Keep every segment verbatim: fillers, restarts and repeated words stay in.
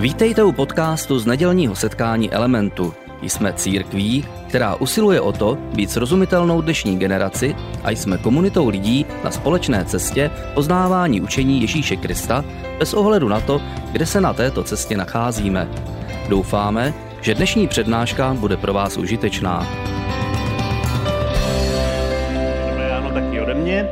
Vítejte u podcastu z nedělního setkání Elementu. Jsme církví, která usiluje o to být srozumitelnou dnešní generaci a jsme komunitou lidí na společné cestě poznávání učení Ježíše Krista bez ohledu na to, kde se na této cestě nacházíme. Doufáme, že dnešní přednáška bude pro vás užitečná. Dobré ráno taky ode mě.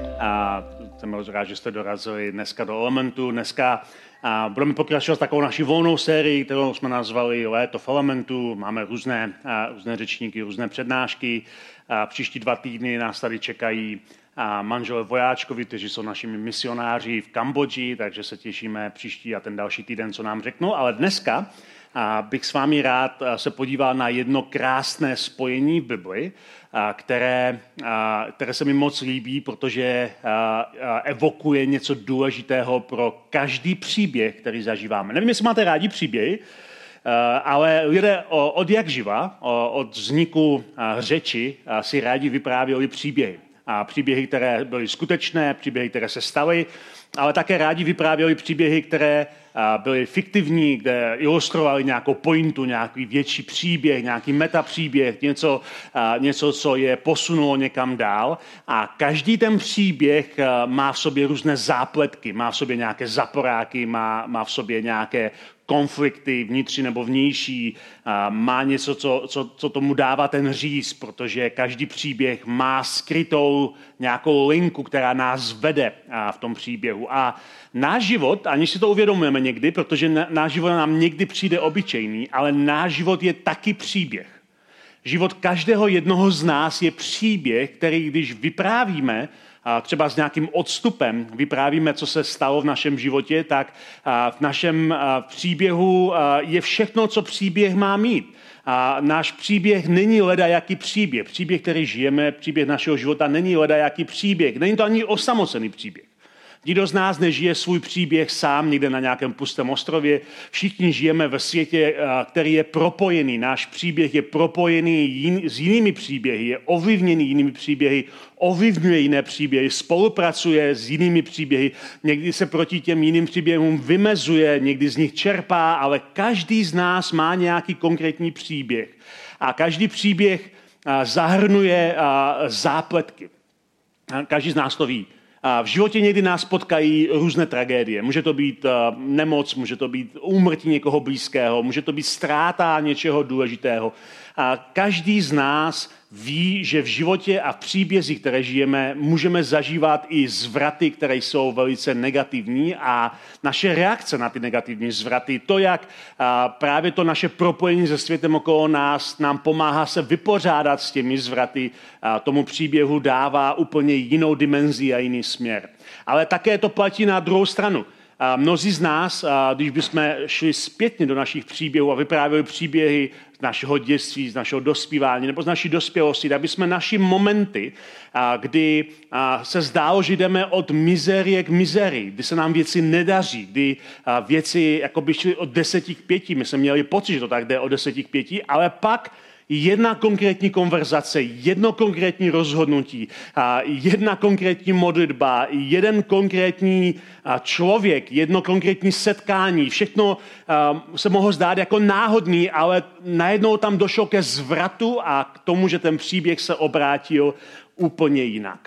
A jsem moc rád, že jste dorazili dneska do Elementu. Dneska a budeme pokračovat takovou naší volnou sérii, kterou jsme nazvali Léto v Elementu. Máme různé, a, různé řečníky, různé přednášky. A příští dva týdny nás tady čekají a manželé vojáčkovi, kteří jsou našimi misionáři v Kambodži, takže se těšíme příští a ten další týden, co nám řeknou. Ale dneska a, bych s vámi rád se podíval na jedno krásné spojení v Bibli, Které, které se mi moc líbí, protože evokuje něco důležitého pro každý příběh, který zažíváme. Nevím, jestli máte rádi příběhy, ale lidé od jak živa, od vzniku řeči si rádi vyprávěli příběhy. A příběhy, které byly skutečné, příběhy, které se staly, ale také rádi vyprávěli příběhy, které byly fiktivní, kde ilustrovali nějakou pointu, nějaký větší příběh, nějaký metapříběh, něco, něco, co je posunulo někam dál. A každý ten příběh má v sobě různé zápletky, má v sobě nějaké zaporáky, má, má v sobě nějaké konflikty vnitřní nebo vnější, má něco, co, co, co tomu dává ten říz, protože každý příběh má skrytou nějakou linku, která nás vede v tom příběhu. A náš život, aniž si to uvědomujeme někdy, protože náš život nám někdy přijde obyčejný, ale náš život je taky příběh. Život každého jednoho z nás je příběh, který když vyprávíme, třeba s nějakým odstupem vyprávíme, co se stalo v našem životě, tak v našem příběhu je všechno, co příběh má mít. A náš příběh není ledajaký příběh. Příběh, který žijeme, příběh našeho života není ledajaký příběh. Není to ani osamocený příběh. Nikdo z nás nežije svůj příběh sám někde na nějakém pustém ostrově. Všichni žijeme ve světě, který je propojený. Náš příběh je propojený jin, s jinými příběhy, je ovlivněný jinými příběhy, ovlivňuje jiné příběhy, spolupracuje s jinými příběhy. Někdy se proti těm jiným příběhům vymezuje, někdy z nich čerpá, ale každý z nás má nějaký konkrétní příběh. A každý příběh zahrnuje zápletky. Každý z nás to ví. V životě někdy nás potkají různé tragédie. Může to být nemoc, může to být úmrtí někoho blízkého, může to být ztráta něčeho důležitého. A každý z nás ví, že v životě a v příbězích, které žijeme, můžeme zažívat i zvraty, které jsou velice negativní a naše reakce na ty negativní zvraty, to, jak právě to naše propojení se světem okolo nás nám pomáhá se vypořádat s těmi zvraty, tomu příběhu dává úplně jinou dimenzi a jiný směr. Ale také to platí na druhou stranu. A mnozí z nás, když bychom šli zpětně do našich příběhů a vyprávěli příběhy z našeho dětství, z našeho dospívání nebo z naší dospělosti, tak bychom našli momenty, kdy se zdálo, že jdeme od mizerie k mizerii, kdy se nám věci nedaří, kdy věci jako by šly od deseti k pěti. My jsme měli pocit, že to tak jde od deseti k pěti, ale pak jedna konkrétní konverzace, jedno konkrétní rozhodnutí, jedna konkrétní modlitba, jeden konkrétní člověk, jedno konkrétní setkání. Všechno se mohlo zdát jako náhodný, ale najednou tam došlo ke zvratu a k tomu, že ten příběh se obrátil úplně jinak.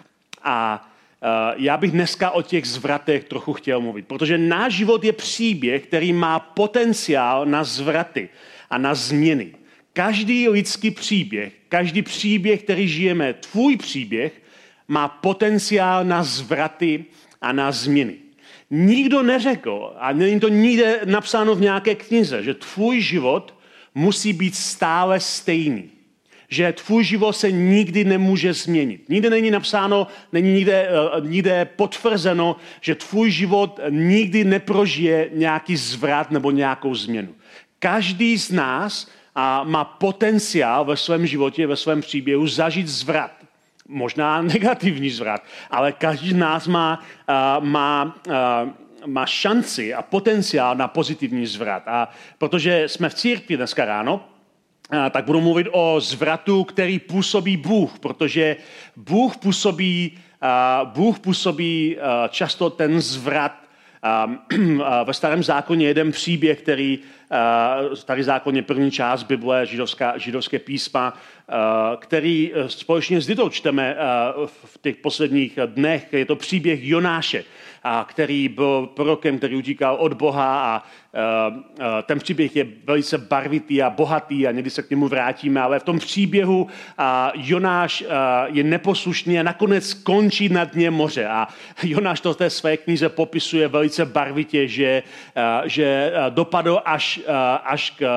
A já bych dneska o těch zvratech trochu chtěl mluvit, protože náš život je příběh, který má potenciál na zvraty a na změny. Každý lidský příběh, každý příběh, který žijeme, tvůj příběh, má potenciál na zvraty a na změny. Nikdo neřekl, a není to nikde napsáno v nějaké knize, že tvůj život musí být stále stejný. Že tvůj život se nikdy nemůže změnit. Nikde není napsáno, není nikde, nikde potvrzeno, že tvůj život nikdy neprožije nějaký zvrat nebo nějakou změnu. Každý z nás a má potenciál ve svém životě, ve svém příběhu zažít zvrat. Možná negativní zvrat, ale každý z nás má, uh, má, uh, má šanci a potenciál na pozitivní zvrat. A protože jsme v církvi dneska ráno, uh, tak budu mluvit o zvratu, který působí Bůh, protože Bůh působí, uh, Bůh působí uh, často ten zvrat Ve Starém zákoně jeden příběh, který, Starý zákon je první část Bible, židovská, židovské písma, který společně s Ditou čteme v těch posledních dnech. Je to příběh Jonáše, který byl prorokem, který utíkal od Boha a ten příběh je velice barvitý a bohatý a někdy se k němu vrátíme, ale v tom příběhu Jonáš je neposlušný a nakonec končí na dně moře. A Jonáš to v té své knize popisuje velice barvitě, že, že dopadl až, až k,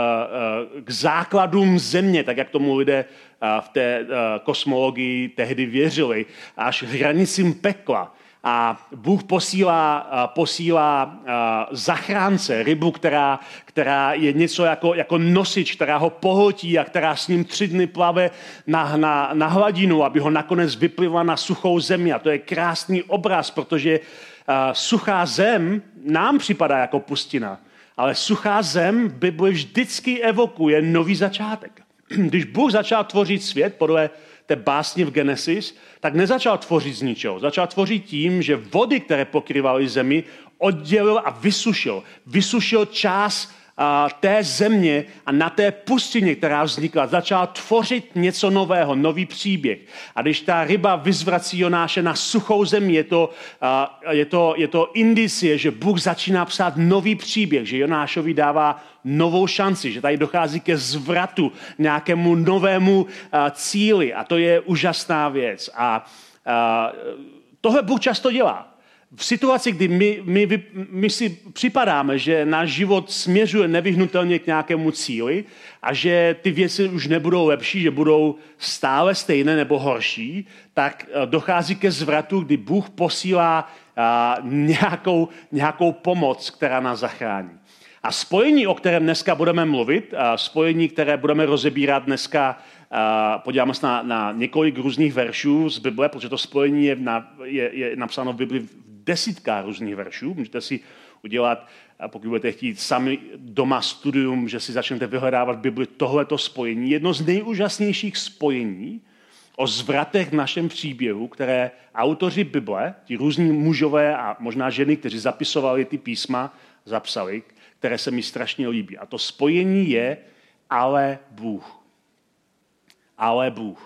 k základům země, tak jak tomu lidé v té kosmologii tehdy věřili, až k hranicím pekla. A Bůh posílá, posílá zachránce, rybu, která, která je něco jako, jako nosič, která ho pohltí a která s ním tři dny plave na, na, na hladinu, aby ho nakonec vyplivla na suchou zemi. A to je krásný obraz, protože suchá zem nám připadá jako pustina, ale suchá zem v Bibli vždycky evokuje nový začátek. Když Bůh začal tvořit svět podle té básně v Genesis, tak nezačal tvořit z ničeho. Začal tvořit tím, že vody, které pokryvaly zemi, oddělil a vysušil. Vysušil část a, té země a na té pustině, která vznikla, začal tvořit něco nového, nový příběh. A když ta ryba vyzvrací Jonáše na suchou zemi, je to, a, je to, je to indicie, že Bůh začíná psát nový příběh, že Jonášovi dává novou šanci, že tady dochází ke zvratu, nějakému novému a, cíli. A to je úžasná věc. A, a tohle Bůh často dělá. V situaci, kdy my, my, my si připadáme, že náš život směřuje nevyhnutelně k nějakému cíli a že ty věci už nebudou lepší, že budou stále stejné nebo horší, tak dochází ke zvratu, kdy Bůh posílá nějakou, nějakou pomoc, která nás zachrání. A spojení, o kterém dneska budeme mluvit, spojení, které budeme rozebírat dneska, podíváme se na, na několik různých veršů z Bible, protože to spojení je, na, je, je napsáno v Bibli v desítkách různých veršů. Můžete si udělat, pokud budete chtít sami doma studium, že si začnete vyhledávat v Bibli tohleto spojení. Jedno z nejúžasnějších spojení o zvratech v našem příběhu, které autoři Bible, ti různí mužové a možná ženy, kteří zapisovali ty písma, zapsali, které se mi strašně líbí. A to spojení je ale Bůh. Ale Bůh.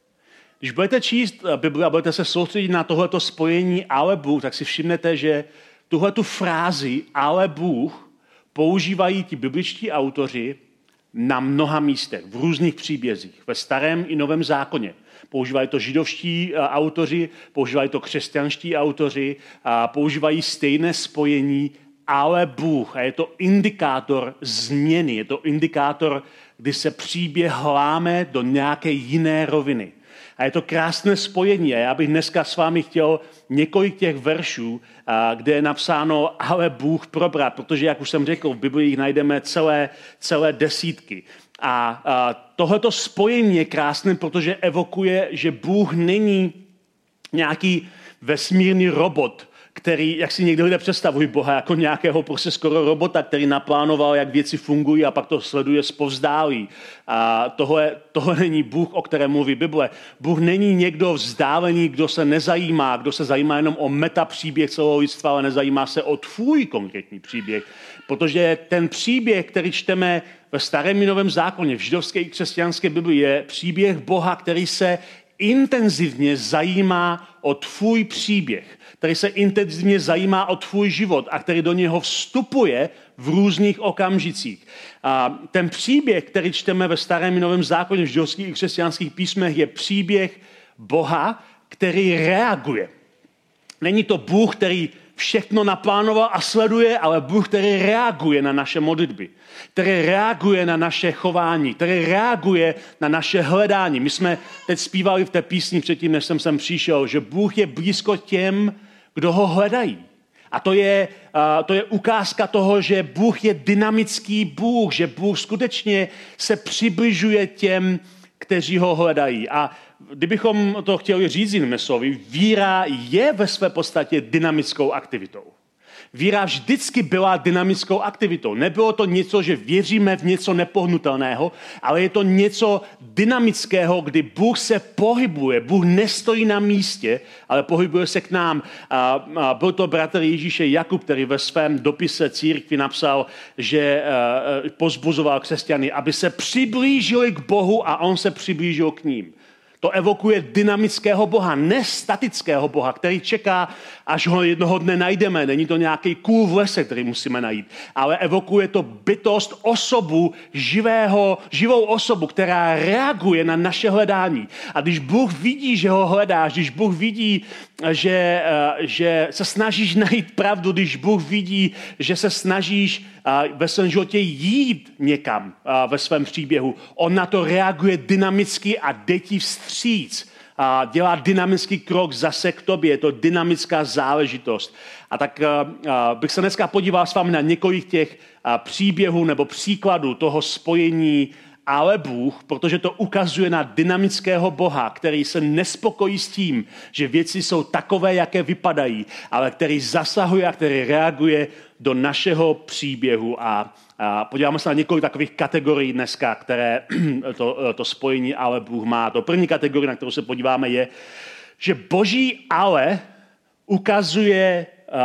Když budete číst Bibli a budete se soustředit na tohleto spojení ale Bůh, tak si všimnete, že tuhletu frázi ale Bůh používají ti bibličtí autoři na mnoha místech, v různých příbězích, ve Starém i Novém zákoně. Používají to židovští autoři, používají to křesťanští autoři a používají stejné spojení ale Bůh. A je to indikátor změny, je to indikátor, kdy se příběh láme do nějaké jiné roviny. A je to krásné spojení. A já bych dneska s vámi chtěl několik těch veršů, kde je napsáno ale Bůh probrat, protože, jak už jsem řekl, v Biblii jich najdeme celé, celé desítky. A, a tohleto spojení je krásné, protože evokuje, že Bůh není nějaký vesmírný robot, který, jak si někdo lidé představují Boha, jako nějakého prostě skoro robota, který naplánoval, jak věci fungují a pak to sleduje zpovzdálí. A tohle, tohle není Bůh, o kterém mluví Bible. Bůh není někdo vzdálený, kdo se nezajímá, kdo se zajímá jenom o metapříběh celého lidstva, ale nezajímá se o tvůj konkrétní příběh. Protože ten příběh, který čteme ve Starém i Novém zákoně, v židovské i křesťanské Bibli, je příběh Boha, který se intenzivně zajímá o tvůj příběh, který se intenzivně zajímá o tvůj život a který do něho vstupuje v různých okamžicích. A ten příběh, který čteme ve Starém i Novém zákoně v židovských i křesťanských písmech, je příběh Boha, který reaguje. Není to Bůh, který všechno naplánoval a sleduje, ale Bůh, který reaguje na naše modlitby, který reaguje na naše chování, který reaguje na naše hledání. My jsme teď zpívali v té písni předtím, než jsem sem přišel, že Bůh je blízko těm, kdo ho hledají. A to je, uh, to je ukázka toho, že Bůh je dynamický Bůh, že Bůh skutečně se přibližuje těm, kteří ho hledají. A kdybychom to chtěli říct jinými slovy, víra je ve své podstatě dynamickou aktivitou. Víra vždycky byla dynamickou aktivitou. Nebylo to něco, že věříme v něco nepohnutelného, ale je to něco dynamického, kdy Bůh se pohybuje. Bůh nestojí na místě, ale pohybuje se k nám. A, a byl to bratr Ježíše Jakub, který ve svém dopise církvi napsal, že a, pozbuzoval křesťany, aby se přiblížili k Bohu a on se přiblížil k ním. To evokuje dynamického Boha, nestatického Boha, který čeká, až ho jednoho dne najdeme. Není to nějaký kůl v lese, který musíme najít, ale evokuje to bytost, osobu, živého, živou osobu, která reaguje na naše hledání. A když Bůh vidí, že ho hledáš, když Bůh vidí, že, že se snažíš najít pravdu, když Bůh vidí, že se snažíš ve svém životě jít někam ve svém příběhu, on na to reaguje dynamicky a jde ti vstříc. A dělá dynamický krok zase k tobě, je to dynamická záležitost. A tak a, bych se dneska podíval s vámi na několik těch a, příběhů nebo příkladů toho spojení ale Bůh, protože to ukazuje na dynamického Boha, který se nespokojí s tím, že věci jsou takové, jaké vypadají, ale který zasahuje a který reaguje do našeho příběhu. A, a podíváme se na několik takových kategorií dneska, které to, to spojení ale Bůh má. To první kategorie, na kterou se podíváme, je, že Boží ale ukazuje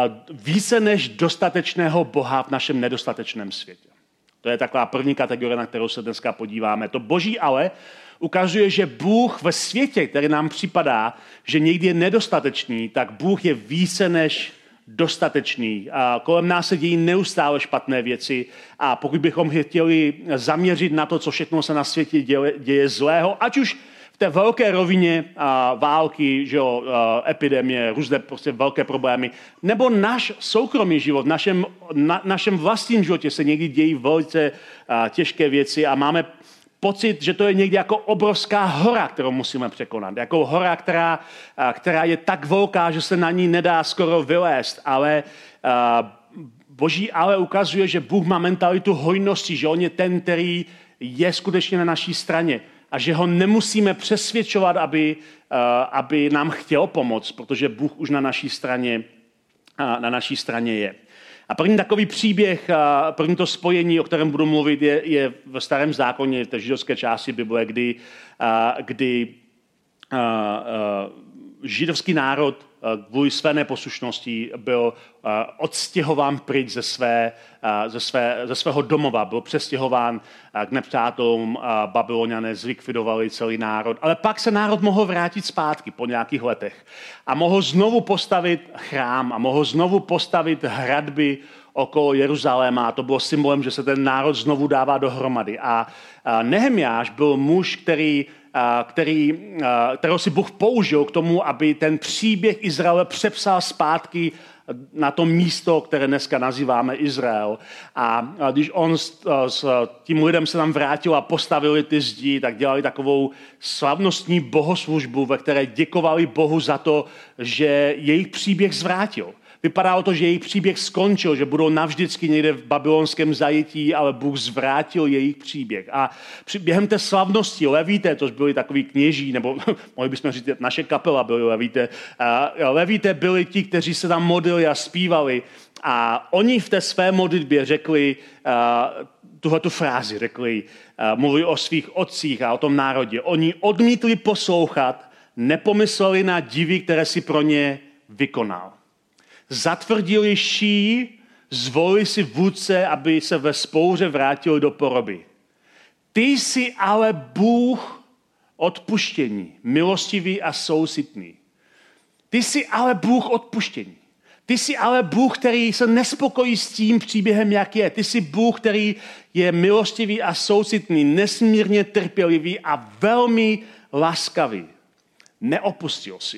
více než dostatečného Boha v našem nedostatečném světě. To je taková první kategorie, na kterou se dneska podíváme. To Boží ale ukazuje, že Bůh ve světě, který nám připadá, že někdy je nedostatečný, tak Bůh je více než dostatečný. A kolem nás se dějí neustále špatné věci a pokud bychom chtěli zaměřit na to, co všechno se na světě děje, děje zlého, ať už v té velké rovině a, války, že jo, a, epidemie, různé prostě velké problémy, nebo náš soukromý život, v našem, na, našem vlastním životě se někdy dějí velice a, těžké věci a máme pocit, že to je někdy jako obrovská hora, kterou musíme překonat. Jako hora, která, a, která je tak velká, že se na ní nedá skoro vylézt, ale a, Boží ale ukazuje, že Bůh má mentalitu hojnosti, že on je ten, který je skutečně na naší straně. A že ho nemusíme přesvědčovat, aby, uh, aby nám chtěl pomoct, protože Bůh už na naší straně, uh, na naší straně je. A první takový příběh, uh, první to spojení, o kterém budu mluvit, je, je v Starém zákoně, v té židovské části Bible, kdy, uh, kdy uh, uh, židovský národ kvůli své neposlušnosti byl odstěhován pryč ze, své, ze, své, ze svého domova, byl přestěhován k nepřátelům, Babyloniané zlikvidovali celý národ, ale pak se národ mohl vrátit zpátky po nějakých letech a mohl znovu postavit chrám a mohl znovu postavit hradby okolo Jeruzaléma a to bylo symbolem, že se ten národ znovu dává dohromady. A Nehemiáš byl muž, který Který, kterého si Bůh použil k tomu, aby ten příběh Izraele přepsal zpátky na to místo, které dneska nazýváme Izrael. A když on s, s tím lidem se tam vrátil a postavili ty zdi, tak dělali takovou slavnostní bohoslužbu, ve které děkovali Bohu za to, že jejich příběh zvrátil. Vypadalo to, že jejich příběh skončil, že budou navždycky někde v babylonském zajetí, ale Bůh zvrátil jejich příběh. A během té slavnosti levíte, to byli takoví kněží, nebo mohli bychom říct, naše kapela byli levíte. Levíte byli ti, kteří se tam modlili a zpívali. A oni v té své modlitbě řekli tuhletu frázi, řekli, mluvili o svých otcích a o tom národě. Oni odmítli poslouchat, nepomysleli na divy, které si pro ně vykonal. Zatvrdili ší, zvolili si vůdce, aby se ve spouře vrátili do poroby. Ty jsi ale Bůh odpuštění, milostivý a soucitný. Ty jsi ale Bůh odpuštění. Ty jsi ale Bůh, který se nespokojí s tím příběhem, jak je. Ty jsi Bůh, který je milostivý a soucitný, nesmírně trpělivý a velmi laskavý. Neopustil si je.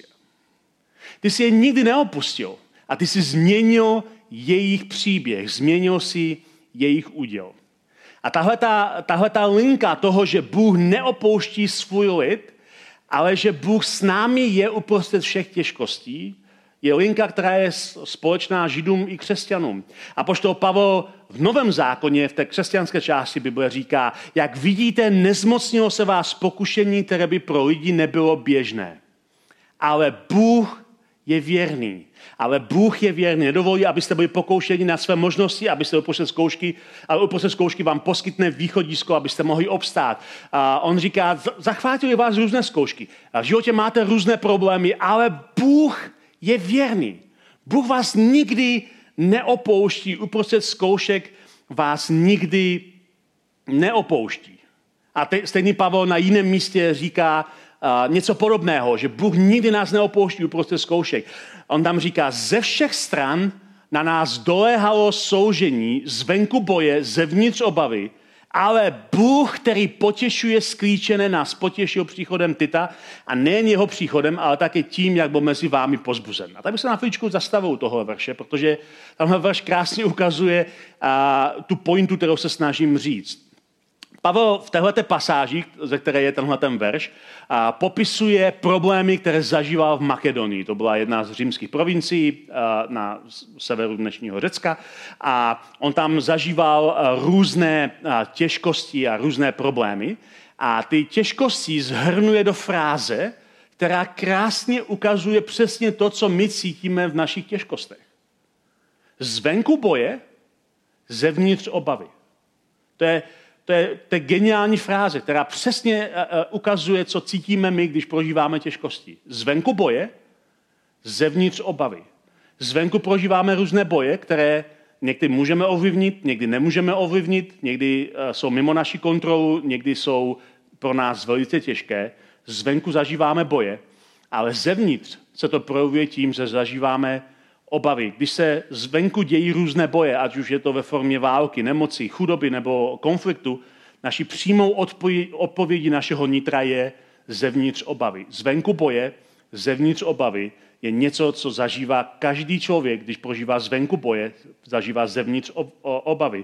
Ty jsi je nikdy neopustil. A ty jsi změnil jejich příběh, změnil si jejich úděl. A tahle ta linka toho, že Bůh neopouští svůj lid, ale že Bůh s námi je uprostřed všech těžkostí, je linka, která je společná Židům i křesťanům. Apoštol Pavel v Novém zákoně, v té křesťanské části Bible říká, jak vidíte, nezmocnilo se vás pokušení, které by pro lidi nebylo běžné. Ale Bůh je věrný. Ale Bůh je věrný. Nedovolí, abyste byli pokoušeni na své možnosti, abyste uprostřed zkoušky, ale uprostřed zkoušky vám poskytne východisko, abyste mohli obstát. A on říká, zachvátili vás různé zkoušky. A v životě máte různé problémy, ale Bůh je věrný. Bůh vás nikdy neopouští. Uprostřed zkoušek vás nikdy neopouští. A te, stejný Pavel na jiném místě říká uh, něco podobného, že Bůh nikdy nás neopouští uprostřed zkoušek. On tam říká, ze všech stran na nás doléhalo soužení, zvenku boje, zevnitř obavy, ale Bůh, který potěšuje sklíčené, nás potěšil příchodem Tita a nejen jeho příchodem, ale také tím, jak byl mezi vámi pozbuzen. A tak bych se na chvíličku zastavil u tohohle verše, protože tamhle verš krásně ukazuje uh, tu pointu, kterou se snažím říct. Pavel v téhleté pasáži, ze které je tenhle ten verš, a popisuje problémy, které zažíval v Makedonii. To byla jedna z římských provincií na severu dnešního Řecka. A on tam zažíval různé těžkosti a různé problémy. A ty těžkosti zhrnuje do fráze, která krásně ukazuje přesně to, co my cítíme v našich těžkostech. Zvenku boje, zevnitř obavy. To je To je, to je geniální fráze, která přesně uh, ukazuje, co cítíme my, když prožíváme těžkosti. Zvenku boje, zevnitř obavy. Zvenku prožíváme různé boje, které někdy můžeme ovlivnit, někdy nemůžeme ovlivnit, někdy uh, jsou mimo naši kontrolu, někdy jsou pro nás velice těžké. Zvenku zažíváme boje, ale zevnitř se to projevuje tím, že zažíváme obavy. Když se zvenku dějí různé boje, ať už je to ve formě války, nemoci, chudoby nebo konfliktu, naší přímou odpovědí našeho nitra je zevnitř obavy. Zvenku boje, zevnitř obavy je něco, co zažívá každý člověk, když prožívá zvenku boje, zažívá zevnitř obavy.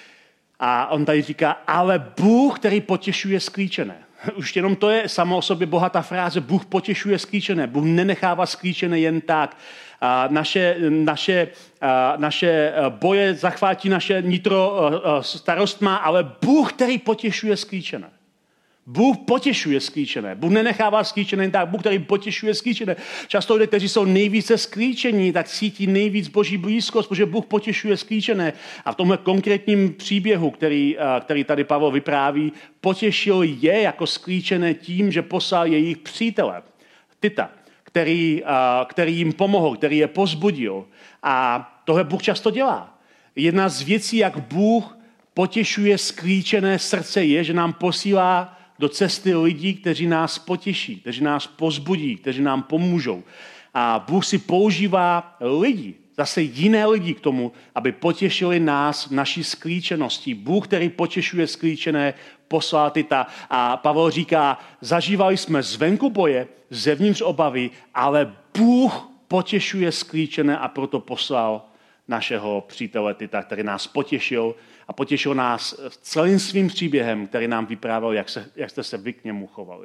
A on tady říká, ale Bůh, který potěšuje sklíčené. Už jenom to je samo o sobě bohatá fráze. Bůh potěšuje sklíčené. Bůh nenechává sklíčené jen tak. A naše, naše, a naše boje zachvátí naše nitro starostma, ale Bůh, který potěšuje sklíčené. Bůh potěšuje sklíčené. Bůh nenechává sklíčené jen tak. Bůh, který potěšuje sklíčené. Často lidé, kteří jsou nejvíce sklíčení, tak cítí nejvíc Boží blízkost, protože Bůh potěšuje sklíčené. A v tomhle konkrétním příběhu, který, který tady Pavel vypráví, potěšil je jako sklíčené tím, že poslal jejich přítele, Tita, který, který jim pomohl, který je pozbudil. A tohle Bůh často dělá. Jedna z věcí, jak Bůh potěšuje sklíčené srdce, je, že nám posílá do cesty lidí, kteří nás potěší, kteří nás pozbudí, kteří nám pomůžou. A Bůh si používá lidi, zase jiné lidi k tomu, aby potěšili nás v naší sklíčenosti. Bůh, který potěšuje sklíčené, poslal Tita. A Pavel říká, zažívali jsme zvenku boje, zevnitř obavy, ale Bůh potěšuje sklíčené a proto poslal našeho přítele Tita, který nás potěšil a potěšil nás celým svým příběhem, který nám vyprávěl, jak, se, jak jste se vy k němu chovali.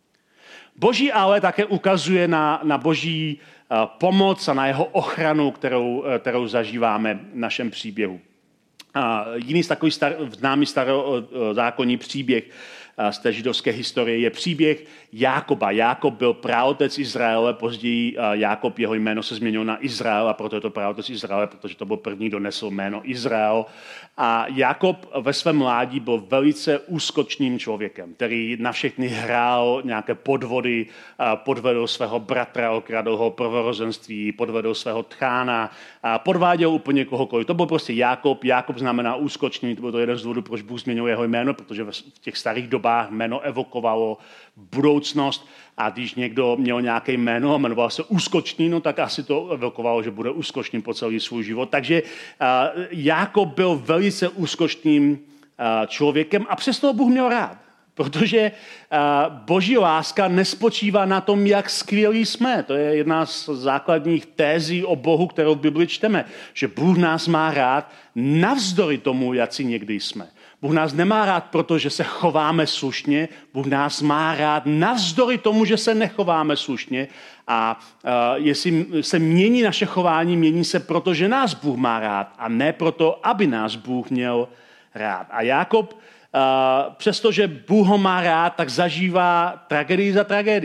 Boží ale také ukazuje na, na Boží uh, pomoc a na jeho ochranu, kterou, uh, kterou zažíváme v našem příběhu. Uh, jiný z takových star, známý starozákonní příběh uh, z té židovské historie je příběh Jákoba. Jákob byl praotec Izraele, později uh, Jákob, jeho jméno se změnilo na Izrael a proto je to praotec Izraele, protože to byl první, kdo nesl jméno Izrael. A Jákob ve svém mládí byl velice úskočným člověkem, který na všechny hrál nějaké podvody, podvedl svého bratra, okradl ho prvorozenství, podvedl svého tchána, podváděl úplně kohokoliv. To byl prostě Jákob. Jákob znamená úskočný, to byl to jeden z důvodů, proč Bůh změnil jeho jméno, protože v těch starých dobách jméno evokovalo budoucnost a když někdo měl nějaké jméno a jmenoval se úskočný, no tak asi to evokovalo, že bude úskočný po celý svůj život. Takže uh, Jákob byl velice úskočným uh, člověkem a přesto Bůh měl rád, protože uh, Boží láska nespočívá na tom, jak skvělí jsme. To je jedna z základních tézí o Bohu, kterou v Bibli čteme, že Bůh nás má rád navzdory tomu, jak si někdy jsme. Bůh nás nemá rád, protože se chováme slušně. Bůh nás má rád navzdory tomu, že se nechováme slušně. A uh, jestli se mění naše chování, mění se proto, že nás Bůh má rád a ne proto, aby nás Bůh měl rád. A Jákob, uh, přestože Bůh ho má rád, tak zažívá tragédii za tragédií.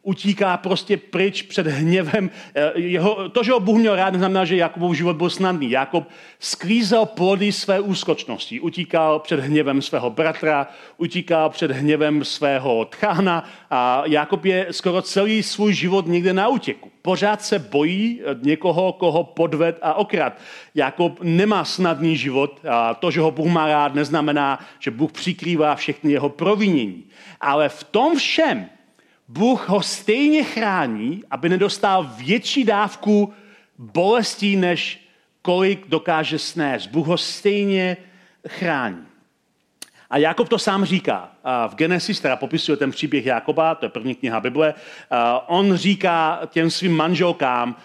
utíká prostě pryč před hněvem. Jeho, to, že ho Bůh měl rád, neznamená, že Jakubův život byl snadný. Jakub sklízel plody své úskočnosti. Utíkal před hněvem svého bratra, utíkal před hněvem svého tchána a Jakub je skoro celý svůj život někde na útěku. Pořád se bojí někoho, koho podved a okrad. Jakub nemá snadný život. A to, že ho Bůh má rád, neznamená, že Bůh přikrývá všechny jeho provinění. Ale v tom všem Bůh ho stejně chrání, aby nedostal větší dávku bolestí, než kolik dokáže snést. Bůh ho stejně chrání. A Jakub to sám říká. V Genesis, která popisuje ten příběh Jakoba, to je první kniha Bible, on říká těm svým manželkám,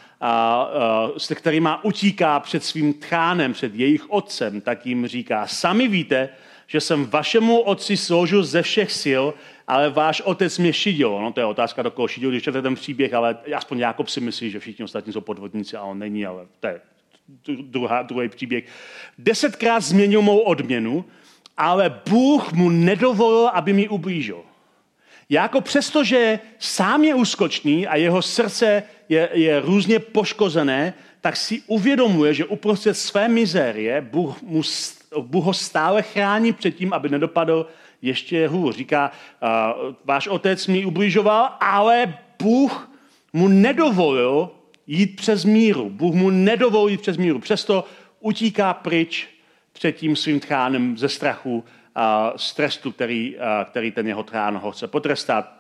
se kterými utíká před svým tchánem, před jejich otcem, tak jim říká, sami víte, že jsem vašemu otci sloužil ze všech sil, ale váš otec mě šidil. No, to je otázka, do koho šidil, když čtete ten příběh, ale aspoň Jákob si myslí, že všichni ostatní jsou podvodníci a on není, ale to je druhá, druhý příběh. Desetkrát změnil mou odměnu, ale Bůh mu nedovolil, aby mi ublížil. Jákob přestože sám je úskočný a jeho srdce je, je různě poškozené, tak si uvědomuje, že uprostřed své mizérie Bůh, mu, Bůh ho stále chrání před tím, aby nedopadl ještě hůř. Říká, uh, váš otec mi ubližoval, ale Bůh mu nedovolil jít přes míru. Bůh mu nedovolil jít přes míru. Přesto utíká pryč před tím svým tchánem ze strachu uh, z trestu, který, uh, který ten jeho tchán ho chce potrestat.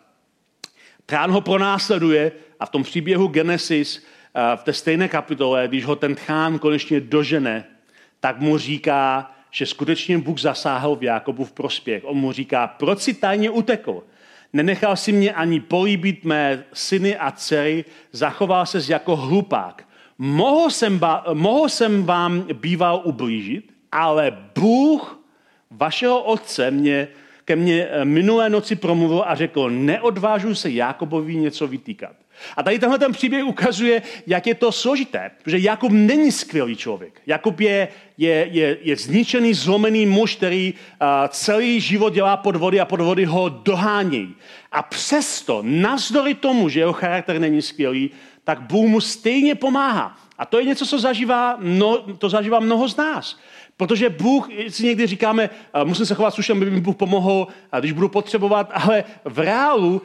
Tchán ho pronásleduje a v tom příběhu Genesis, uh, v té stejné kapitole, když ho ten tchán konečně dožene, tak mu říká, že skutečně Bůh zasáhl v Jákobu v prospěch. On mu říká, proč si tajně utekl? Nenechal si mě ani políbit mé syny a dcery, zachoval ses jako hlupák. Mohl jsem, ba, mohl jsem vám býval ublížit, ale Bůh vašeho otce mě, ke mně minulé noci promluvil a řekl, neodvážuji se Jákobovi něco vytýkat. A tady tenhle ten příběh ukazuje, jak je to složité, protože Jakub není skvělý člověk. Jakub je, je, je, je zničený, zlomený muž, který uh, celý život dělá podvody a podvody ho dohánějí. A přesto, navzdory tomu, že jeho charakter není skvělý, tak Bůh mu stejně pomáhá. A to je něco, co zažívá, no, to zažívá mnoho z nás. Protože Bůh, si někdy říkáme, musím se chovat slušně, aby mi Bůh pomohl, když budu potřebovat, ale v reálu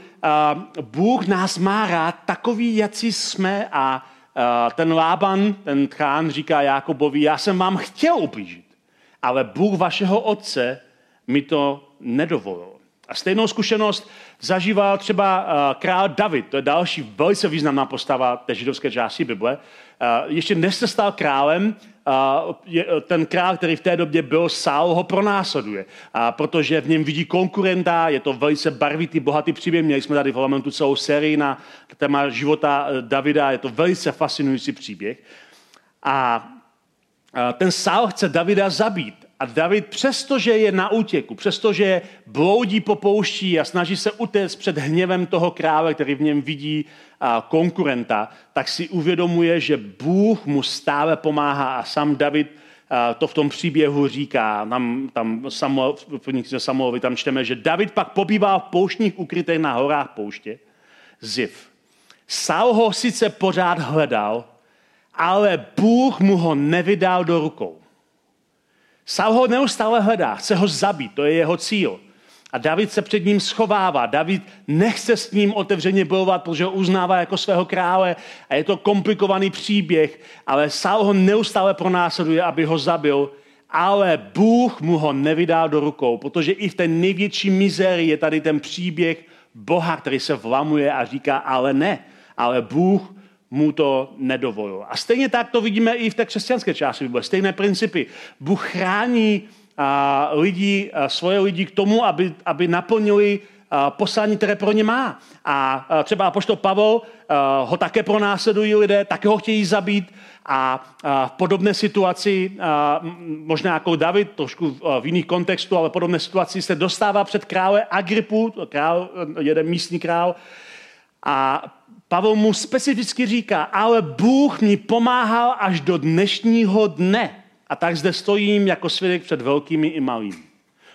Bůh nás má rád takový, jací jsme a ten Lában, ten tchán říká Jákobovi, já jsem vám chtěl ublížit, ale Bůh vašeho otce mi to nedovolil. A stejnou zkušenost zažíval třeba král David, to je další velice významná postava té židovské části Bible. Ještě než se stal králem, ten král, který v té době byl, Saul, ho pronásleduje, protože v něm vidí konkurenta, je to velice barvitý, bohatý příběh. Měli jsme tady v Elementu celou sérii na téma života Davida, je to velice fascinující příběh. A ten Saul chce Davida zabít. A David, přestože je na útěku, přestože bloudí po poušti a snaží se utéct před hněvem toho krále, který v něm vidí konkurenta, tak si uvědomuje, že Bůh mu stále pomáhá a sám David to v tom příběhu říká. Tam, tam Samuel, v knize Samuelovi tam čteme, že David pak pobýval v pouštních ukrytech na horách pouště, Zif. Saul ho sice pořád hledal, ale Bůh mu ho nevydal do rukou. Saul ho neustále hledá, chce ho zabít, to je jeho cíl. A David se před ním schovává. David nechce s ním otevřeně bojovat, protože ho uznává jako svého krále a je to komplikovaný příběh, ale Saul ho neustále pronásleduje, aby ho zabil, ale Bůh mu ho nevydal do rukou, protože i v té největší mizérii je tady ten příběh Boha, který se vlamuje a říká, ale ne, ale Bůh mu to nedovolil. A stejně tak to vidíme i v té křesťanské části Bible. Stejné principy. Bůh chrání a, lidi, a svoje lidi k tomu, aby, aby naplnili a, poslání, které pro ně má. A, a třeba apoštol Pavel a, ho také pronásledují lidé, také ho chtějí zabít a, a v podobné situaci, a, možná jako David, trošku v jiných kontextu, ale v podobné situaci se dostává před krále Agripu, král, jeden místní král, a Pavel mu specificky říká, ale Bůh mi pomáhal až do dnešního dne. A tak zde stojím jako svědek před velkými i malými.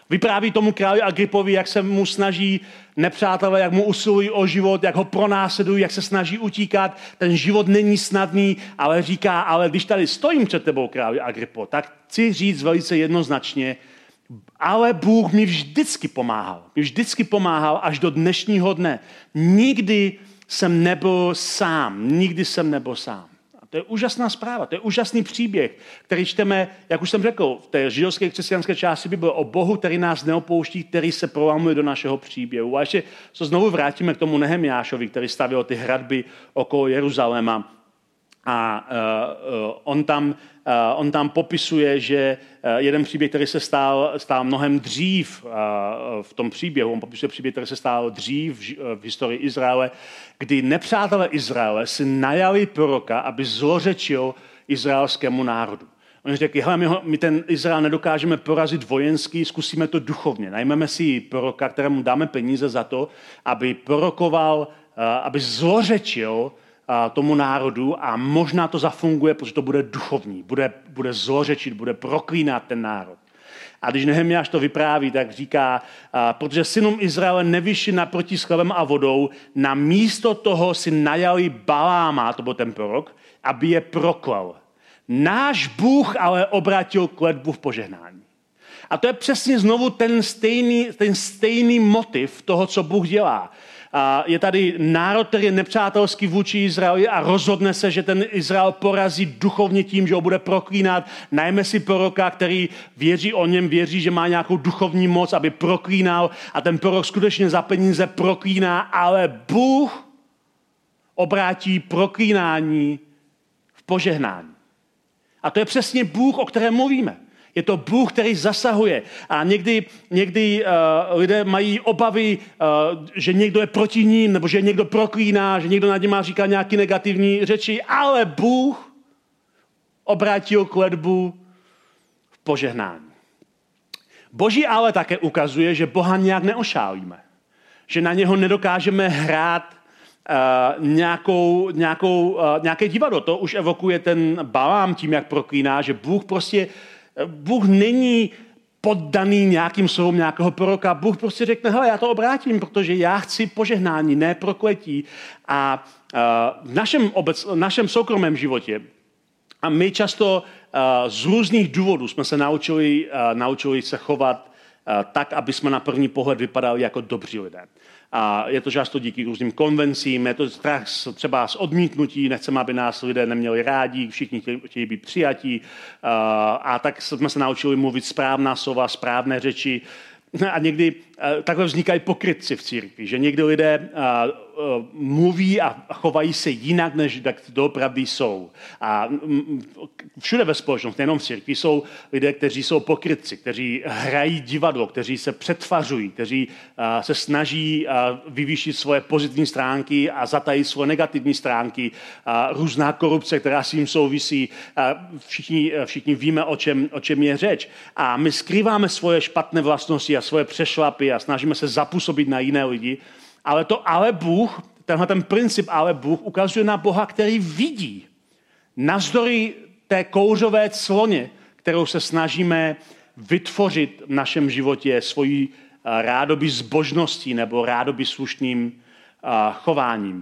Vypráví tomu králi Agripovi, jak se mu snaží nepřátelé, jak mu usilují o život, jak ho pronásledují, jak se snaží utíkat. Ten život není snadný, ale říká, ale když tady stojím před tebou, králi Agripo, tak chci říct velice jednoznačně, ale Bůh mi vždycky pomáhal. Mi vždycky pomáhal až do dnešního dne. Nikdy jsem nebyl sám. Nikdy jsem nebyl sám. A to je úžasná zpráva, to je úžasný příběh, který čteme, jak už jsem řekl, v té židovské křesťanské části Bible o Bohu, který nás neopouští, který se prolamuje do našeho příběhu. A ještě se znovu vrátíme k tomu Nehemiášovi, který stavěl ty hradby okolo Jeruzaléma. A uh, uh, on, tam, uh, on tam popisuje, že uh, jeden příběh, který se stál, stál mnohem dřív uh, v tom příběhu, on popisuje příběh, který se stál dřív v, v historii Izraele, kdy nepřátelé Izraele si najali proroka, aby zlořečil izraelskému národu. Oni řekli, hele, my, ho, my ten Izrael nedokážeme porazit vojensky, zkusíme to duchovně. Najmeme si proroka, kterému dáme peníze za to, aby prorokoval, uh, aby zlořečil tomu národu a možná to zafunguje, protože to bude duchovní, bude, bude zlořečit, bude proklínat ten národ. A když Nehemiáš to vypráví, tak říká, a, protože synům Izraele nevyšli naproti s chlebem a vodou, na místo toho si najali Baláma, to byl ten prorok, aby je proklal. Náš Bůh ale obrátil kletbu v požehnání. A to je přesně znovu ten stejný, ten stejný motiv toho, co Bůh dělá. A je tady národ, který je nepřátelský vůči Izraeli a rozhodne se, že ten Izrael porazí duchovně tím, že ho bude proklínat. Najme si proroka, který věří o něm, věří, že má nějakou duchovní moc, aby proklínal a ten prorok skutečně za peníze proklíná, ale Bůh obrátí proklínání v požehnání. A to je přesně Bůh, o kterém mluvíme. Je to Bůh, který zasahuje. A někdy, někdy uh, lidé mají obavy, uh, že někdo je proti ním, nebo že někdo proklíná, že někdo nad ním má říkat nějaké negativní řeči, ale Bůh obrátil kletbu v požehnání. Boží ale také ukazuje, že Boha nějak neošálíme. Že na něho nedokážeme hrát uh, nějakou, nějakou, uh, nějaké divadlo. To už evokuje ten Balám tím, jak proklíná, že Bůh prostě Bůh není poddaný nějakým slovům nějakého proroka. Bůh prostě řekne, hele, já to obrátím, protože já chci požehnání, ne prokletí. A v našem, obec, v našem soukromém životě a my často z různých důvodů jsme se naučili, naučili se chovat tak, aby jsme na první pohled vypadali jako dobří lidé. A je to často díky různým konvencím, je to strach třeba z odmítnutí, nechceme, aby nás lidé neměli rádi, všichni chtějí, chtějí být přijatí. A tak jsme se naučili mluvit správná slova, správné řeči. A někdy takhle vznikají pokrytci v církvi, že někdy lidé mluví a chovají se jinak, než tak doopravdy jsou. A všude ve společnosti, nejenom v církvi, jsou lidé, kteří jsou pokrytci, kteří hrají divadlo, kteří se přetvařují, kteří se snaží vyvýšit svoje pozitivní stránky a zatajit svoje negativní stránky. Různá korupce, která s tím souvisí. Všichni, všichni víme, o čem, o čem je řeč. A my skrýváme svoje špatné vlastnosti a svoje přešlapy a snažíme se zapůsobit na jiné lidi. Ale to ale Bůh, tenhle ten princip ale Bůh ukazuje na Boha, který vidí. Navzdory té kouřové cloně, kterou se snažíme vytvořit v našem životě svojí rádoby zbožností nebo rádoby slušným chováním.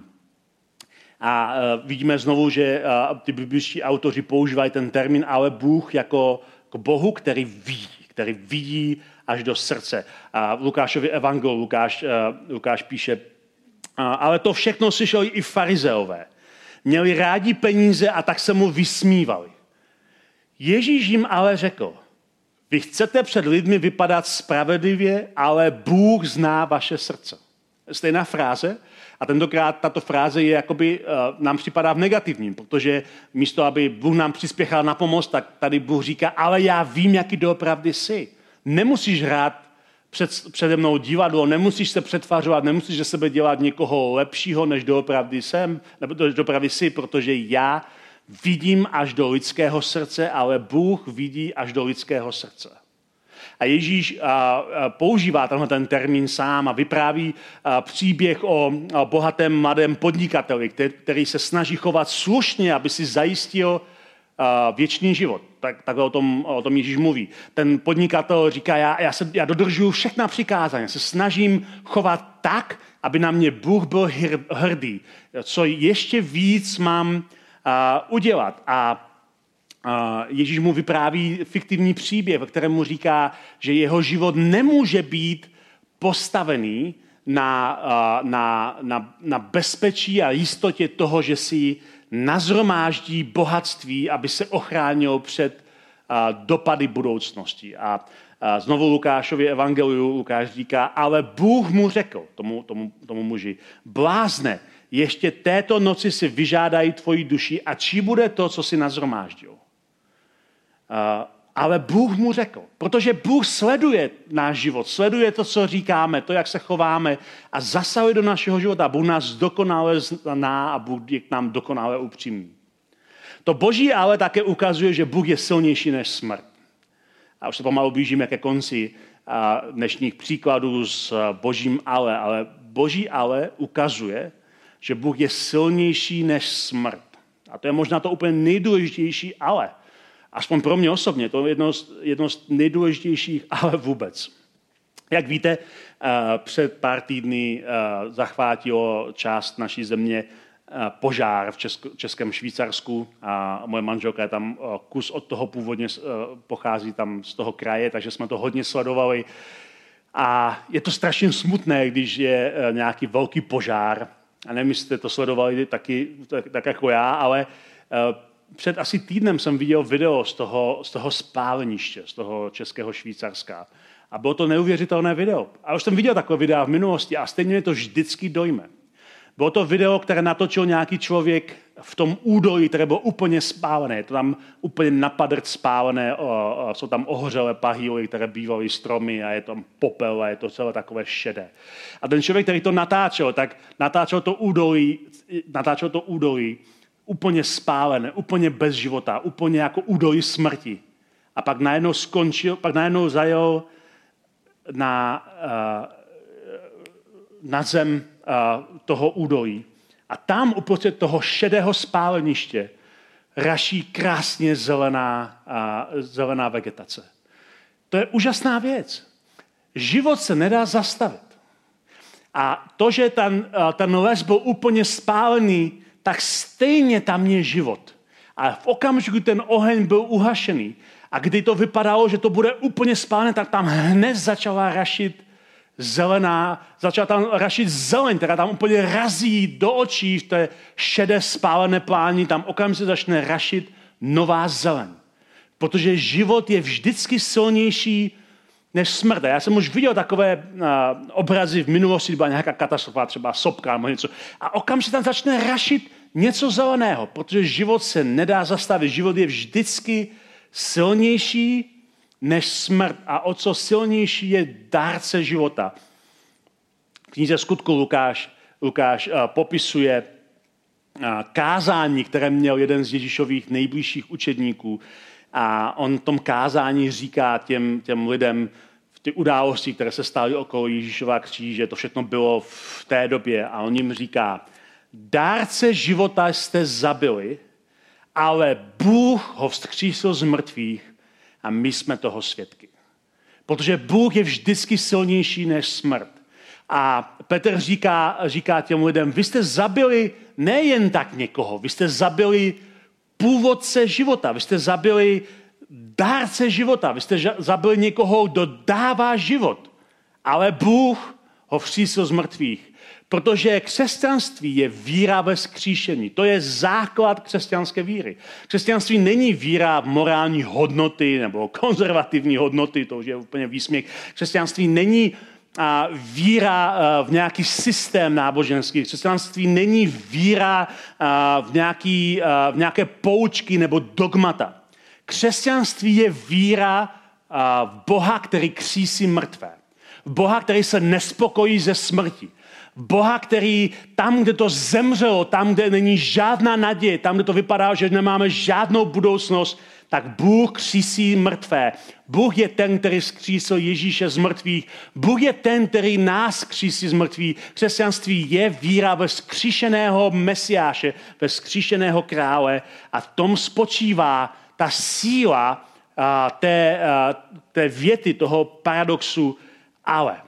A vidíme znovu, že ty bibličtí autoři používají ten termín ale Bůh jako k Bohu, který vidí, který vidí až do srdce. A v Lukášově evangeliu Lukáš, Lukáš píše, ale to všechno slyšeli i farizeové. Měli rádi peníze a tak se mu vysmívali. Ježíš jim ale řekl, vy chcete před lidmi vypadat spravedlivě, ale Bůh zná vaše srdce. Stejná fráze. A tentokrát tato fráze je jakoby, uh, nám připadá v negativním, protože místo, aby Bůh nám přispěchal na pomoc, tak tady Bůh říká, ale já vím, jaký doopravdy jsi. Nemusíš hrát před, přede mnou divadlo, nemusíš se přetvařovat, nemusíš ze sebe dělat někoho lepšího, než doopravdy jsem, nebo doopravdy jsi, protože já vidím až do lidského srdce, ale Bůh vidí až do lidského srdce. A Ježíš a, a používá tenhle ten termín sám a vypráví a, příběh o a, bohatém mladém podnikateli, který, který se snaží chovat slušně, aby si zajistil a, věčný život. tak, takhle o tom, o tom Ježíš mluví. Ten podnikatel říká, já, já, se, já dodržuju všechna přikázání, já se snažím chovat tak, aby na mě Bůh byl hrdý. Co ještě víc mám uh, udělat. A uh, Ježíš mu vypráví fiktivní příběh, ve kterém mu říká, že jeho život nemůže být postavený na, uh, na, na, na bezpečí a jistotě toho, že si nazhromáždí bohatství, aby se ochránil před uh, dopady budoucnosti. A uh, znovu Lukášově evangeliu Lukáš říká, ale Bůh mu řekl, tomu, tomu, tomu muži, blázne, ještě této noci si vyžádají tvoji duši a čí bude to, co si nazhromáždil. Uh, ale Bůh mu řekl, protože Bůh sleduje náš život, sleduje to, co říkáme, to, jak se chováme a zasahuje do našeho života. Bůh nás dokonale zná a Bůh je k nám dokonale upřímný. To Boží ale také ukazuje, že Bůh je silnější než smrt. A už se pomalu blížíme ke konci dnešních příkladů s Božím ale, ale Boží ale ukazuje, že Bůh je silnější než smrt. A to je možná to úplně nejdůležitější ale. Aspoň pro mě osobně, to je jedno z, jedno z nejdůležitějších, ale vůbec. Jak víte, před pár týdny zachvátilo část naší země požár v Česk- Českém Švýcarsku a moje manželka je tam, kus od toho původně pochází tam z toho kraje, takže jsme to hodně sledovali. A je to strašně smutné, když je nějaký velký požár. A nevím, jestli jste to sledovali taky, tak, tak jako já, ale před asi týdnem jsem viděl video z toho, z toho spáleniště, z toho Českého Švýcarska. A bylo to neuvěřitelné video. A už jsem viděl takové videa v minulosti a stejně mě to vždycky dojme. Bylo to video, které natočil nějaký člověk v tom údolí, které bylo úplně spálené. Je to tam úplně napadrt spálené, o, o, jsou tam ohořelé pahýly, které bývaly stromy a je tam popel a je to celé takové šedé. A ten člověk, který to natáčel, tak natáčel to údolí, natáčel to údolí úplně spálené, úplně bez života, úplně jako údolí smrti. A pak najednou skončil, pak najednou zajel na, na zem toho údolí. A tam uprostřed toho šedého spáleniště raší krásně zelená, zelená vegetace. To je úžasná věc. Život se nedá zastavit. A to, že ten, ten les byl úplně spálený, tak stejně tam je život. A v okamžiku ten oheň byl uhašený a kdy to vypadalo, že to bude úplně spálené, tak tam hned začala rašit zelená, začala tam rašit zeleň, která tam úplně razí do očí v té šedé spálené pláni, tam okamžitě začne rašit nová zeleň. Protože život je vždycky silnější než smrt. Já jsem už viděl takové uh, obrazy v minulosti, byla nějaká katastrofa, třeba sopka nebo něco. A okamžitě tam začne rašit něco zeleného, protože život se nedá zastavit. Život je vždycky silnější než smrt. A o co silnější je dárce života. V knize Skutku Lukáš, Lukáš uh, popisuje uh, kázání, které měl jeden z Ježíšových nejbližších učedníků. A on v tom kázání říká těm, těm lidem v ty události, které se stály okolo Ježíšova kříže, to všechno bylo v té době. A on jim říká, dárce života jste zabili, ale Bůh ho vzkřísil z mrtvých a my jsme toho svědky. Protože Bůh je vždycky silnější než smrt. A Petr říká, říká těm lidem, vy jste zabili nejen tak někoho, vy jste zabili původce života, vy jste zabili dárce života, vy jste zabili někoho, kdo dává život. Ale Bůh ho vzkřísil z mrtvých. Protože křesťanství je víra ve vzkříšení. To je základ křesťanské víry. Křesťanství není víra v morální hodnoty nebo konzervativní hodnoty, to už je úplně výsměch. Křesťanství není a, víra a, v nějaký systém náboženský. Křesťanství není víra a, v, nějaký, a, v nějaké poučky nebo dogmata. Křesťanství je víra a, v Boha, který křísí mrtvé. V Boha, který se nespokojí ze smrti. Boha, který tam, kde to zemřelo, tam, kde není žádná naděje, tam, kde to vypadá, že nemáme žádnou budoucnost, tak Bůh křísí mrtvé. Bůh je ten, který vzkřísil Ježíše z mrtvých. Bůh je ten, který nás křísí z mrtvých. Křesťanství je víra ve vzkříšeného Mesiáše, ve vzkříšeného krále a v tom spočívá ta síla a, té, a, té věty, toho paradoxu ale.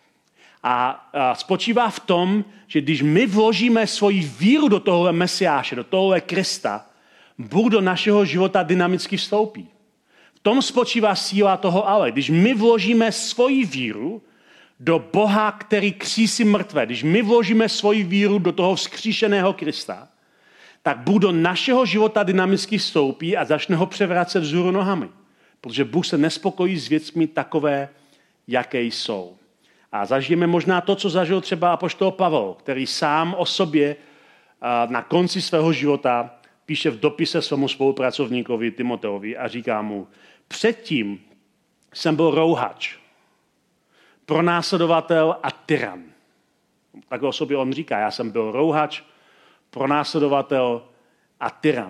A, a spočívá v tom, že když my vložíme svoji víru do tohohle Mesiáše, do tohohle Krista, Bůh do našeho života dynamicky vstoupí. V tom spočívá síla toho ale. Když my vložíme svoji víru do Boha, který křísí mrtvé, když my vložíme svoji víru do toho vzkříšeného Krista, tak Bůh do našeho života dynamicky vstoupí a začne ho převracet vzhůru nohami. Protože Bůh se nespokojí s věcmi takové, jaké jsou. A zažijeme možná to, co zažil třeba apoštol Pavel, který sám o sobě na konci svého života píše v dopise svému spolupracovníkovi Timoteovi a říká mu, předtím jsem byl rouhač, pronásledovatel a tyran. Tak o sobě on říká, já jsem byl rouhač, pronásledovatel a tyran.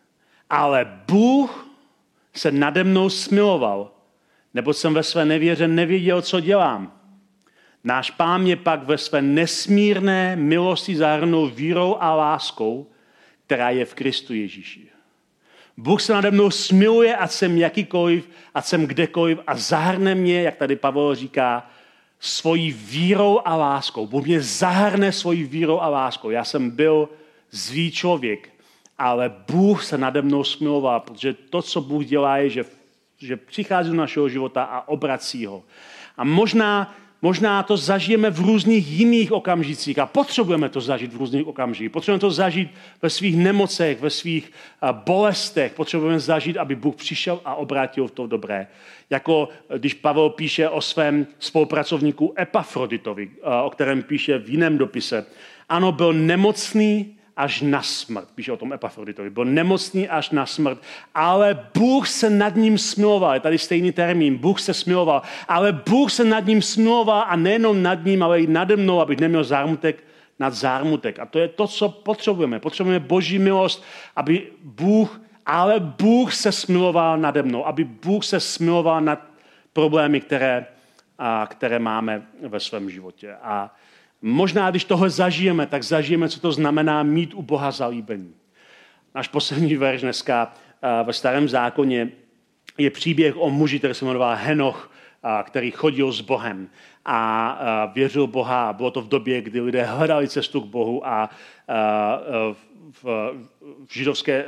Ale Bůh se nade mnou smiloval, neboť jsem ve své nevěře nevěděl, co dělám. Náš Pán mě pak ve své nesmírné milosti zahrnul vírou a láskou, která je v Kristu Ježíši. Bůh se nade mnou smiluje, ať jsem jakýkoliv, ať jsem kdekoliv a zahrne mě, jak tady Pavel říká, svojí vírou a láskou. Bůh mě zahrne svojí vírou a láskou. Já jsem byl zlý člověk, ale Bůh se nade mnou smiloval, protože to, co Bůh dělá, je, že, že přichází do našeho života a obrací ho. A možná Možná to zažijeme v různých jiných okamžicích a potřebujeme to zažít v různých okamžicích. Potřebujeme to zažít ve svých nemocech, ve svých bolestech. Potřebujeme zažít, aby Bůh přišel a obrátil to dobré. Jako když Pavel píše o svém spolupracovníku Epafroditovi, o kterém píše v jiném dopise. Ano, byl nemocný až na smrt. Píše o tom Epafroditovi. Byl nemocný až na smrt, ale Bůh se nad ním smiloval. Je tady stejný termín. Bůh se smiloval. Ale Bůh se nad ním smiloval a nejenom nad ním, ale i nade mnou, abych neměl zármutek nad zármutek. A to je to, co potřebujeme. Potřebujeme Boží milost, aby Bůh, ale Bůh se smiloval nade mnou, aby Bůh se smiloval nad problémy, které, a, které máme ve svém životě. A možná, když tohle zažijeme, tak zažijeme, co to znamená mít u Boha zalíbení. Náš poslední verš dneska ve Starém zákoně je příběh o muži, který se jmenoval Henoch, který chodil s Bohem a věřil Boha. Bylo to v době, kdy lidé hledali cestu k Bohu a v, v, židovské,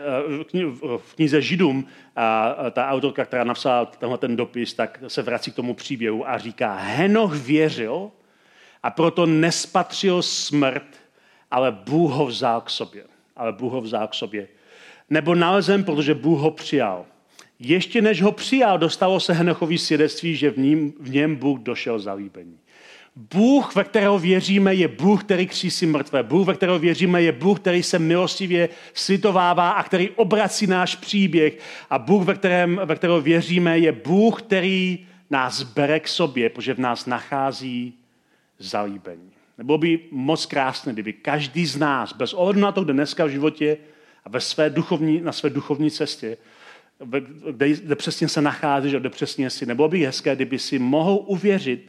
v knize Židům ta autorka, která napsala tenhle ten dopis, tak se vrací k tomu příběhu a říká, Henoch věřil, a proto nespatřil smrt, ale Bůh ho vzal k sobě. Ale Bůh ho vzal k sobě. Nebo nalezen, protože Bůh ho přijal. Ještě než ho přijal, dostalo se Henochovi svědectví, že v, ním, v něm Bůh došel zalíbení. Bůh, ve kterého věříme, je Bůh, který křísí mrtvé. Bůh, ve kterého věříme, je Bůh, který se milostivě slitovává a který obrací náš příběh. A Bůh, ve, kterém, ve kterého věříme, je Bůh, který nás bere k sobě, protože v nás nachází zalíbení. Nebylo by moc krásné, kdyby každý z nás, bez ohledu na to, kde dneska v životě a ve své duchovní, na své duchovní cestě, kde, kde přesně se nacházíš a kde přesně jsi, nebylo by hezké, kdyby si mohl uvěřit,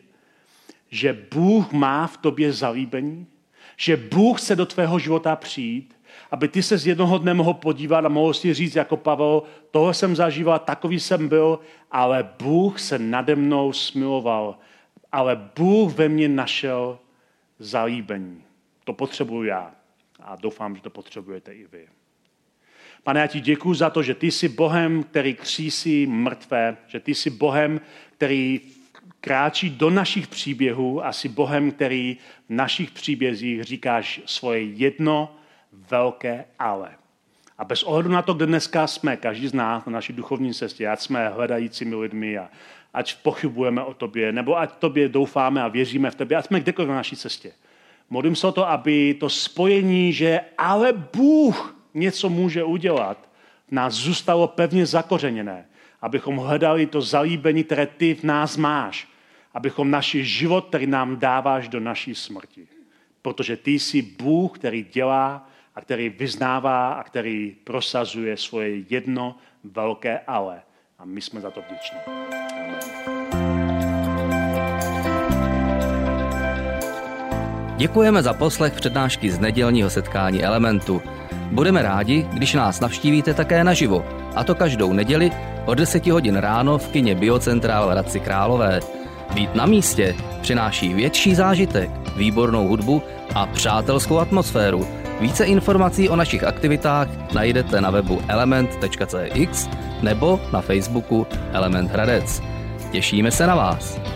že Bůh má v tobě zalíbení, že Bůh chce do tvého života přijít, aby ty se z jednoho dne mohl podívat a mohl si říct jako Pavel, tohle jsem zažíval, takový jsem byl, ale Bůh se nade mnou smiloval. Ale Bůh ve mně našel zalíbení. To potřebuji já. A doufám, že to potřebujete i vy. Pane, já ti děkuji za to, že ty jsi Bohem, který křísí mrtvé, že ty jsi Bohem, který kráčí do našich příběhů a jsi Bohem, který v našich příbězích říkáš svoje jedno velké ale. A bez ohledu na to, kde dneska jsme, každý z nás na naší duchovní cestě, ať jsme hledajícími lidmi a ať pochybujeme o tobě, nebo ať tobě doufáme a věříme v tebe, ať jsme kdekoliv na naší cestě. Modlím se o to, aby to spojení, že ale Bůh něco může udělat, v nás zůstalo pevně zakořeněné. Abychom hledali to zalíbení, které ty v nás máš. Abychom naši život, který nám dáváš do naší smrti. Protože ty jsi Bůh, který dělá a který vyznává a který prosazuje svoje jedno velké ale. A my jsme za to vděční. Děkujeme za poslech přednášky z nedělního setkání Elementu. Budeme rádi, když nás navštívíte také naživo, a to každou neděli od deset hodin ráno v kině Biocentrál v Hradci Králové. Být na místě přináší větší zážitek, výbornou hudbu a přátelskou atmosféru. Více informací o našich aktivitách najdete na webu element tečka cé x nebo na Facebooku Element Hradec. Těšíme se na vás.